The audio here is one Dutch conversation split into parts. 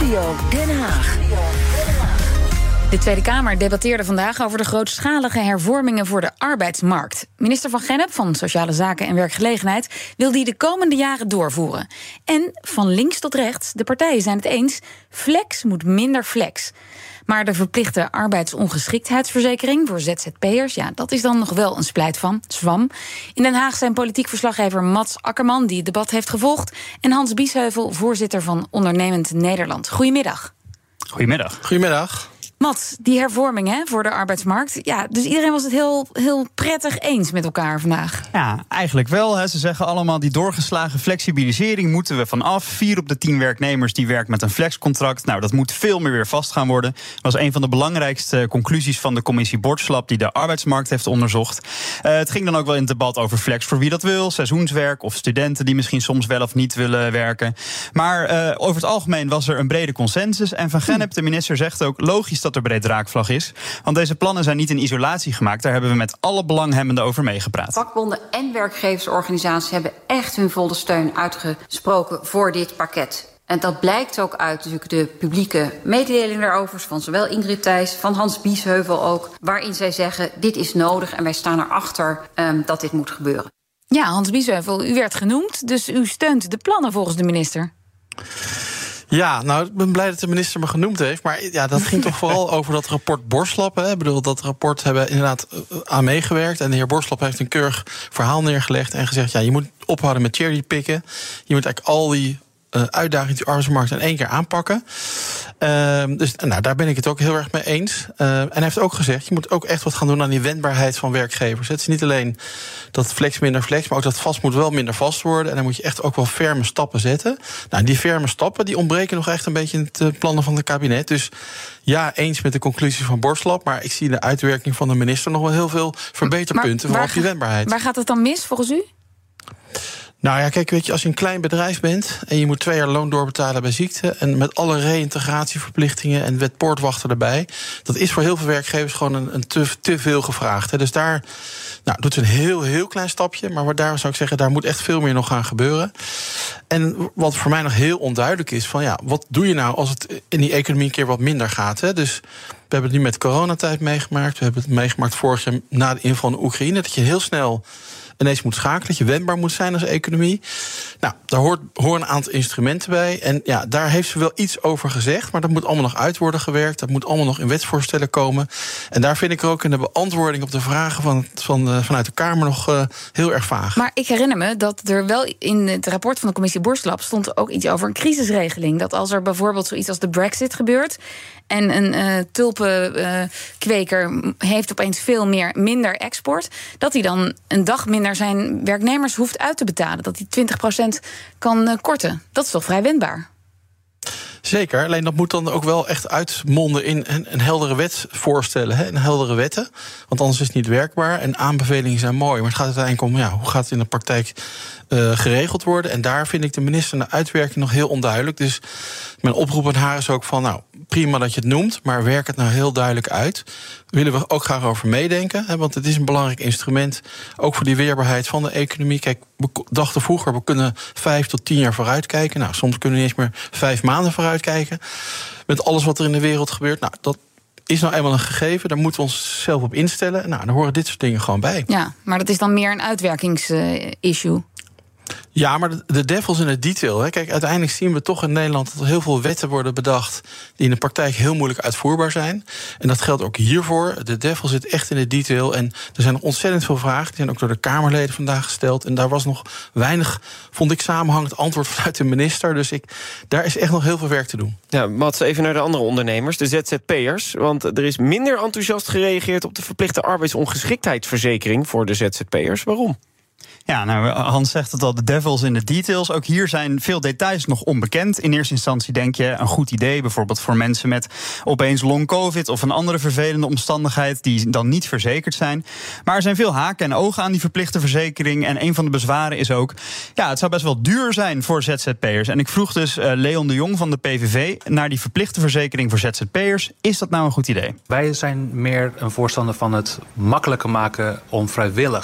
Studio Den Haag. De Tweede Kamer debatteerde vandaag over de grootschalige hervormingen voor de arbeidsmarkt. Minister Van Gennep van Sociale Zaken en Werkgelegenheid wil die de komende jaren doorvoeren. En van links tot rechts, de partijen zijn het eens, flex moet minder flex. Maar de verplichte arbeidsongeschiktheidsverzekering voor ZZP'ers, ja, dat is dan nog wel een splijt van zwam. In Den Haag zijn politiek verslaggever Mats Akkerman, die het debat heeft gevolgd, en Hans Biesheuvel, voorzitter van Ondernemend Nederland. Goedemiddag. Goedemiddag. Mats, die hervorming voor de arbeidsmarkt. Ja, dus iedereen was het heel prettig eens met elkaar vandaag. Ja, eigenlijk wel. Ze zeggen allemaal die doorgeslagen flexibilisering moeten we vanaf. 4 op de 10 werknemers die werkt met een flexcontract. Nou, dat moet veel meer weer vast gaan worden. Dat was een van de belangrijkste conclusies van de commissie Borslab die de arbeidsmarkt heeft onderzocht. Het ging dan ook wel in het debat over flex voor wie dat wil. Seizoenswerk of studenten die misschien soms wel of niet willen werken. Maar over het algemeen was er een brede consensus. En Van Gennep, de minister, zegt ook logisch dat er breed draagvlag is. Want deze plannen zijn niet in isolatie gemaakt. Daar hebben we met alle belanghebbenden over meegepraat. Vakbonden en werkgeversorganisaties hebben echt hun volle steun uitgesproken voor dit pakket. En dat blijkt ook uit natuurlijk de publieke mededeling daarover, van zowel Ingrid Thijs, van Hans Biesheuvel ook, waarin zij zeggen, dit is nodig en wij staan erachter dat dit moet gebeuren. Ja, Hans Biesheuvel, u werd genoemd, dus u steunt de plannen volgens de minister. Ja, nou, ik ben blij dat de minister me genoemd heeft. Maar ja, dat ging toch vooral over dat rapport Borslab. Ik bedoel, dat rapport hebben we inderdaad aan meegewerkt. En de heer Borslab heeft een keurig verhaal neergelegd en gezegd, ja, je moet ophouden met cherrypicken. Je moet eigenlijk al die uitdagingen die arbeidsmarkt in één keer aanpakken. Dus nou, daar ben ik het ook heel erg mee eens. En hij heeft ook gezegd, je moet ook echt wat gaan doen aan die wendbaarheid van werkgevers. Het is niet alleen dat flex minder flex, maar ook dat vast moet wel minder vast worden. En dan moet je echt ook wel ferme stappen zetten. Nou, die ferme stappen die ontbreken nog echt een beetje in het plannen van het kabinet. Dus ja, eens met de conclusie van Borslab, maar ik zie de uitwerking van de minister nog wel heel veel verbeterpunten voor die wendbaarheid. Waar gaat het dan mis volgens u? Nou ja, kijk, weet je, als je een klein bedrijf bent en je moet 2 jaar loon doorbetalen bij ziekte en met alle reïntegratieverplichtingen en wet poortwachter erbij, dat is voor heel veel werkgevers gewoon een te veel gevraagd. Hè. Dus daar doet ze een heel klein stapje, maar daar zou ik zeggen, daar moet echt veel meer nog gaan gebeuren. En wat voor mij nog heel onduidelijk is, van ja, wat doe je nou als het in die economie een keer wat minder gaat? Hè? Dus we hebben het nu met coronatijd meegemaakt, we hebben het meegemaakt vorig jaar na de inval in Oekraïne, dat je heel snel ineens moet schakelen, dat je wendbaar moet zijn als economie. Nou, daar horen een aantal instrumenten bij. En ja, daar heeft ze wel iets over gezegd, maar dat moet allemaal nog uit worden gewerkt. Dat moet allemaal nog in wetsvoorstellen komen. En daar vind ik er ook in de beantwoording op de vragen vanuit de Kamer nog heel erg vaag. Maar ik herinner me dat er wel in het rapport van de commissie Borslab stond ook iets over een crisisregeling. Dat als er bijvoorbeeld zoiets als de Brexit gebeurt en een tulpenkweker heeft opeens minder export, dat hij dan een dag minder zijn werknemers hoeft uit te betalen. Dat hij 20% kan korten. Dat is toch vrij wendbaar? Zeker, alleen dat moet dan ook wel echt uitmonden in een heldere wetsvoorstellen, en heldere wetten. Want anders is het niet werkbaar. En aanbevelingen zijn mooi, maar het gaat uiteindelijk om hoe gaat het in de praktijk geregeld worden. En daar vind ik de minister de uitwerking nog heel onduidelijk. Dus mijn oproep aan haar is ook van, prima dat je het noemt, maar werk het nou heel duidelijk uit. Daar willen we ook graag over meedenken, want het is een belangrijk instrument, ook voor die weerbaarheid van de economie. Kijk, we dachten vroeger, we kunnen 5 tot 10 jaar vooruitkijken. Nou, soms kunnen we niet eens meer 5 maanden vooruitkijken. Met alles wat er in de wereld gebeurt. Nou, dat is nou eenmaal een gegeven. Daar moeten we ons zelf op instellen. Nou, daar horen dit soort dingen gewoon bij. Ja, maar dat is dan meer een uitwerkingsissue. Ja, maar de devil's in het detail. Hè. Kijk, uiteindelijk zien we toch in Nederland dat er heel veel wetten worden bedacht die in de praktijk heel moeilijk uitvoerbaar zijn. En dat geldt ook hiervoor. De devil zit echt in het detail. En er zijn nog ontzettend veel vragen. Die zijn ook door de Kamerleden vandaag gesteld. En daar was nog weinig, vond ik, samenhangend antwoord vanuit de minister. Dus daar is echt nog heel veel werk te doen. Ja, Mats, even naar de andere ondernemers, de ZZP'ers. Want er is minder enthousiast gereageerd op de verplichte arbeidsongeschiktheidsverzekering voor de ZZP'ers. Waarom? Ja, nou, Hans zegt het al, de devil's in the details. Ook hier zijn veel details nog onbekend. In eerste instantie denk je een goed idee, bijvoorbeeld voor mensen met opeens long-covid of een andere vervelende omstandigheid die dan niet verzekerd zijn. Maar er zijn veel haken en ogen aan die verplichte verzekering. En een van de bezwaren is ook, het zou best wel duur zijn voor ZZP'ers. En ik vroeg dus Leon de Jong van de PVV naar die verplichte verzekering voor ZZP'ers. Is dat nou een goed idee? Wij zijn meer een voorstander van het makkelijker maken om vrijwillig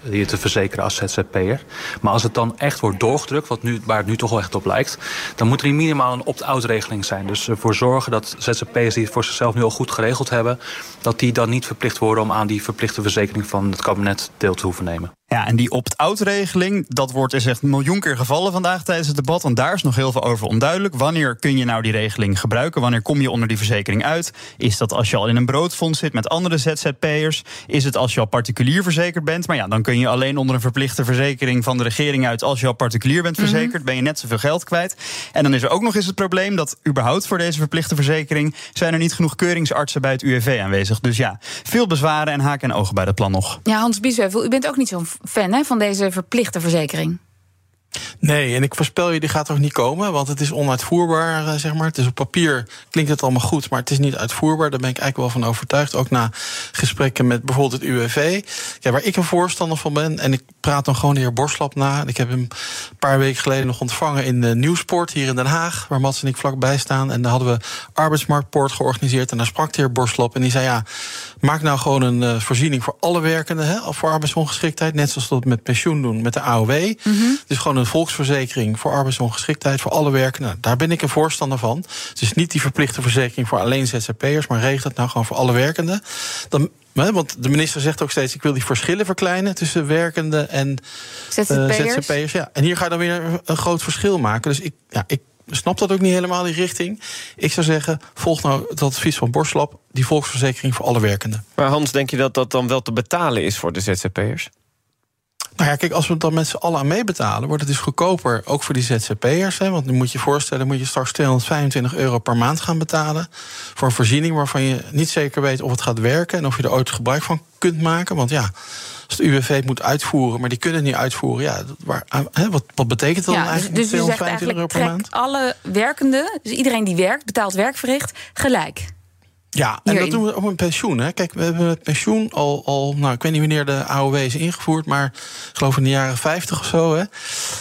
je te verzekeren als ZZP'er. Maar als het dan echt wordt doorgedrukt, waar het nu toch wel echt op lijkt, dan moet er minimaal een opt-out regeling zijn. Dus ervoor zorgen dat ZZP'ers die het voor zichzelf nu al goed geregeld hebben, dat die dan niet verplicht worden om aan die verplichte verzekering van het kabinet deel te hoeven nemen. Ja, en die opt-out-regeling, dat wordt is echt een miljoen keer gevallen vandaag tijdens het debat. Want daar is nog heel veel over onduidelijk. Wanneer kun je nou die regeling gebruiken? Wanneer kom je onder die verzekering uit? Is dat als je al in een broodfonds zit met andere ZZP'ers? Is het als je al particulier verzekerd bent? Maar ja, dan kun je alleen onder een verplichte verzekering van de regering uit. Als je al particulier bent verzekerd, ben je net zoveel geld kwijt. En dan is er ook nog eens het probleem dat überhaupt voor deze verplichte verzekering zijn er niet genoeg keuringsartsen bij het UWV aanwezig. Dus ja, veel bezwaren en haken en ogen bij dat plan nog. Ja, Hans Biesheuvel, u bent ook niet zo'n fan van deze verplichte verzekering. Nee, en ik voorspel je, die gaat ook niet komen, want het is onuitvoerbaar, zeg maar. Het is op papier, klinkt het allemaal goed, maar het is niet uitvoerbaar. Daar ben ik eigenlijk wel van overtuigd, ook na gesprekken met bijvoorbeeld het UWV. Ja, waar ik een voorstander van ben, en ik praat dan gewoon de heer Borslap na. Ik heb hem een paar weken geleden nog ontvangen in de Nieuwsport hier in Den Haag, waar Mats en ik vlakbij staan. En daar hadden we Arbeidsmarktpoort georganiseerd en daar sprak de heer Borslap en die zei, ja, maak nou gewoon een voorziening voor alle werkenden, voor arbeidsongeschiktheid, net zoals we dat met pensioen doen, met de AOW. Dus gewoon een volksverzekering voor arbeidsongeschiktheid voor alle werkenden. Nou, daar ben ik een voorstander van. Dus niet die verplichte verzekering voor alleen ZZP'ers, maar regel het nou gewoon voor alle werkenden. Want de minister zegt ook steeds, ik wil die verschillen verkleinen tussen werkenden en ZZP'ers. Ja. En hier ga je dan weer een groot verschil maken. Dus ik snap dat ook niet helemaal, die richting. Ik zou zeggen, volg nou het advies van Borslap, die volksverzekering voor alle werkenden. Maar Hans, denk je dat dat dan wel te betalen is voor de ZZP'ers? Nou ja, kijk, als we het dan met z'n allen aan meebetalen, wordt het dus goedkoper, ook voor die ZZP'ers. Want nu moet je je voorstellen, moet je straks €225 per maand gaan betalen voor een voorziening waarvan je niet zeker weet of het gaat werken en of je er ooit gebruik van kunt maken. Want ja, als de UWV het moet uitvoeren, maar die kunnen het niet uitvoeren, ja, wat betekent dat dan eigenlijk? Dus je zegt €225 per maand? Alle werkenden, dus iedereen die werkt, betaalt werkverricht, gelijk. Ja, en dat doen we ook met pensioen. Hè. Kijk, we hebben met pensioen al ik weet niet wanneer de AOW is ingevoerd, maar ik geloof in de jaren 50 of zo. Hè.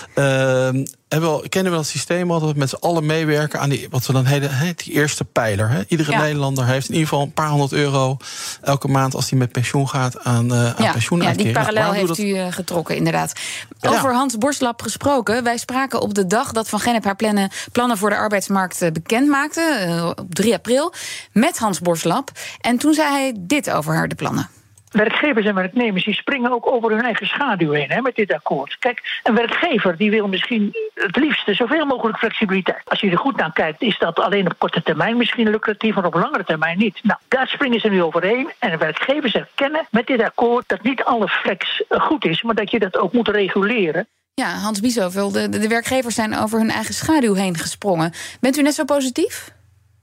Kennen we dat systeem al, dat we met z'n allen meewerken aan die, wat we dan die eerste pijler. Hè. Iedere Nederlander heeft in ieder geval een paar €100 elke maand als hij met pensioen gaat aan pensioenuitkering. Ja, die parallel heeft u getrokken, inderdaad. Over Hans Borslap gesproken. Wij spraken op de dag dat Van Gennep haar plannen voor de arbeidsmarkt bekend maakte, op 3 april, met Hans Borslap. En toen zei hij dit over de plannen. Werkgevers en werknemers die springen ook over hun eigen schaduw heen met dit akkoord. Kijk, een werkgever die wil misschien het liefste zoveel mogelijk flexibiliteit. Als je er goed naar kijkt, is dat alleen op korte termijn misschien lucratief, maar op langere termijn niet. Nou, daar springen ze nu overheen. En de werkgevers erkennen met dit akkoord dat niet alle flex goed is, maar dat je dat ook moet reguleren. Ja, Hans Biesheuvel, de werkgevers zijn over hun eigen schaduw heen gesprongen. Bent u net zo positief?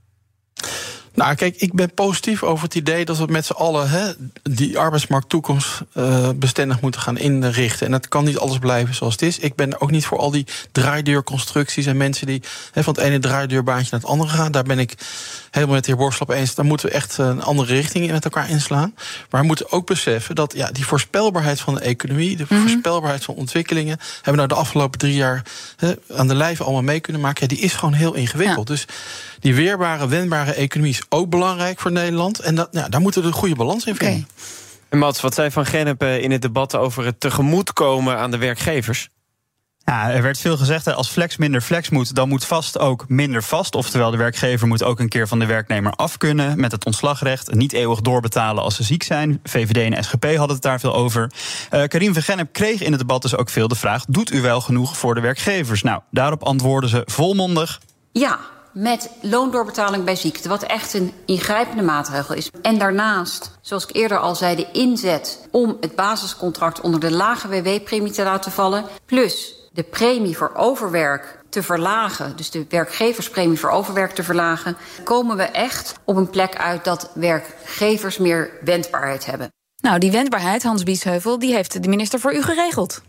Nou, kijk, ik ben positief over het idee dat we met z'n allen die arbeidsmarkt toekomstbestendig moeten gaan inrichten. En dat kan niet alles blijven zoals het is. Ik ben er ook niet voor al die draaideurconstructies en mensen die van het ene draaideurbaantje naar het andere gaan. Daar ben ik helemaal met de heer Borslap eens. Daar moeten we echt een andere richting met elkaar inslaan. Maar we moeten ook beseffen dat die voorspelbaarheid van de economie, de voorspelbaarheid van ontwikkelingen, hebben we nou de afgelopen 3 jaar aan de lijve allemaal mee kunnen maken. Ja, die is gewoon heel ingewikkeld. Ja. Dus die weerbare, wendbare economie is ook belangrijk voor Nederland. En daar moeten we de goede balans in vinden. Okay. En Mats, wat zei Van Gennep in het debat over het tegemoetkomen aan de werkgevers? Ja, er werd veel gezegd, als flex minder flex moet, dan moet vast ook minder vast. Oftewel, de werkgever moet ook een keer van de werknemer af kunnen met het ontslagrecht. Niet eeuwig doorbetalen als ze ziek zijn. VVD en SGP hadden het daar veel over. Karim Van Gennep kreeg in het debat dus ook veel de vraag, doet u wel genoeg voor de werkgevers? Nou, daarop antwoordden ze volmondig. Ja, met loondoorbetaling bij ziekte, wat echt een ingrijpende maatregel is. En daarnaast, zoals ik eerder al zei, de inzet om het basiscontract onder de lage WW-premie te laten vallen, plus de premie voor overwerk te verlagen, dus de werkgeverspremie voor overwerk te verlagen, komen we echt op een plek uit dat werkgevers meer wendbaarheid hebben. Nou, die wendbaarheid, Hans Biesheuvel, die heeft de minister voor u geregeld.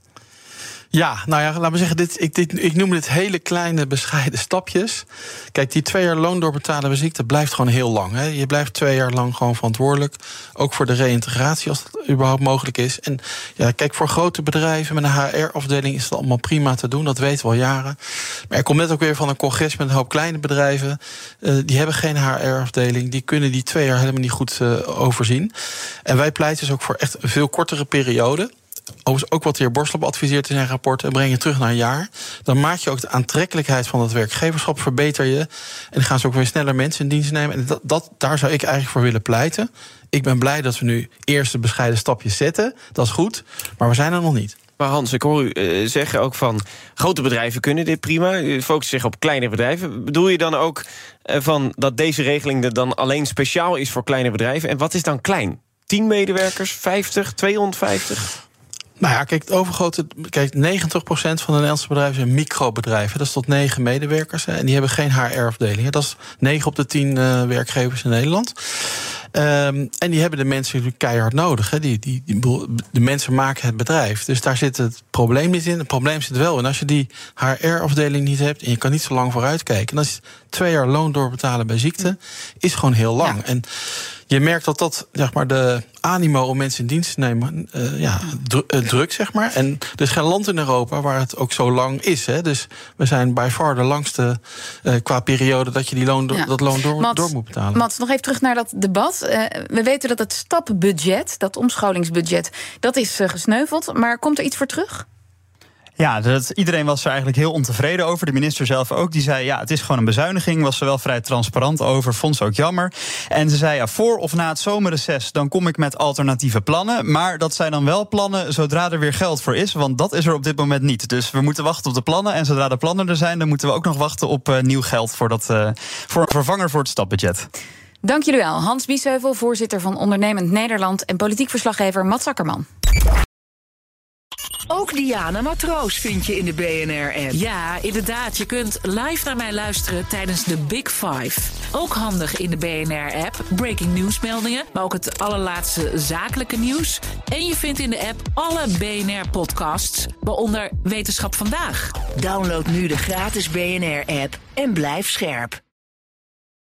Ja, nou ja, laat me zeggen, ik noem dit hele kleine bescheiden stapjes. Kijk, die 2 jaar loon doorbetalen bij ziekte blijft gewoon heel lang. Hè. Je blijft 2 jaar lang gewoon verantwoordelijk. Ook voor de reïntegratie, als dat überhaupt mogelijk is. En ja, kijk, voor grote bedrijven met een HR-afdeling is het allemaal prima te doen. Dat weten we al jaren. Maar er komt net ook weer van een congres met een hoop kleine bedrijven. Die hebben geen HR-afdeling. Die kunnen die 2 jaar helemaal niet goed overzien. En wij pleiten dus ook voor echt een veel kortere periode. overigens ook wat de heer Borslap adviseert in zijn rapport, en breng je terug naar een jaar. Dan maak je ook de aantrekkelijkheid van het werkgeverschap, verbeter je. En dan gaan ze ook weer sneller mensen in dienst nemen. En daar zou ik eigenlijk voor willen pleiten. Ik ben blij dat we nu eerste bescheiden stapjes zetten. Dat is goed, maar we zijn er nog niet. Maar Hans, ik hoor u zeggen ook van grote bedrijven kunnen dit prima. U focust zich op kleine bedrijven. Bedoel je dan ook van dat deze regeling er dan alleen speciaal is voor kleine bedrijven? En wat is dan klein? 10 medewerkers, 50, 250? Nou ja, kijk, 90% van de Nederlandse bedrijven zijn microbedrijven. Dat is tot 9 medewerkers. En die hebben geen HR-afdelingen. Dat is 9 op de 10 werkgevers in Nederland. En die hebben de mensen natuurlijk keihard nodig. Hè. De mensen maken het bedrijf. Dus daar zit het probleem niet in. Het probleem zit wel in als je die HR-afdeling niet hebt en je kan niet zo lang vooruitkijken. Dan is 2 jaar loon doorbetalen bij ziekte is gewoon heel lang. Ja. En je merkt dat zeg maar, de animo om mensen in dienst te nemen drukt, zeg maar. En er is geen land in Europa waar het ook zo lang is. Hè. Dus we zijn by far de langste qua periode dat je die loon door moet betalen. Mats, nog even terug naar dat debat. We weten dat het stapbudget, dat omscholingsbudget, dat is gesneuveld. Maar komt er iets voor terug? Ja, iedereen was er eigenlijk heel ontevreden over. De minister zelf ook. Die zei, het is gewoon een bezuiniging. Was er wel vrij transparant over. Vond ze ook jammer. En ze zei, voor of na het zomerreces, dan kom ik met alternatieve plannen. Maar dat zijn dan wel plannen zodra er weer geld voor is. Want dat is er op dit moment niet. Dus we moeten wachten op de plannen. En zodra de plannen er zijn, dan moeten we ook nog wachten op nieuw geld voor een vervanger voor het stapbudget. Dank jullie wel. Hans Biesheuvel, voorzitter van Ondernemend Nederland en politiek verslaggever Mats Akkerman. Ook Diana Matroos vind je in de BNR-app. Ja, inderdaad. Je kunt live naar mij luisteren tijdens de Big Five. Ook handig in de BNR-app. Breaking nieuwsmeldingen, maar ook het allerlaatste zakelijke nieuws. En je vindt in de app alle BNR-podcasts, waaronder Wetenschap Vandaag. Download nu de gratis BNR-app en blijf scherp.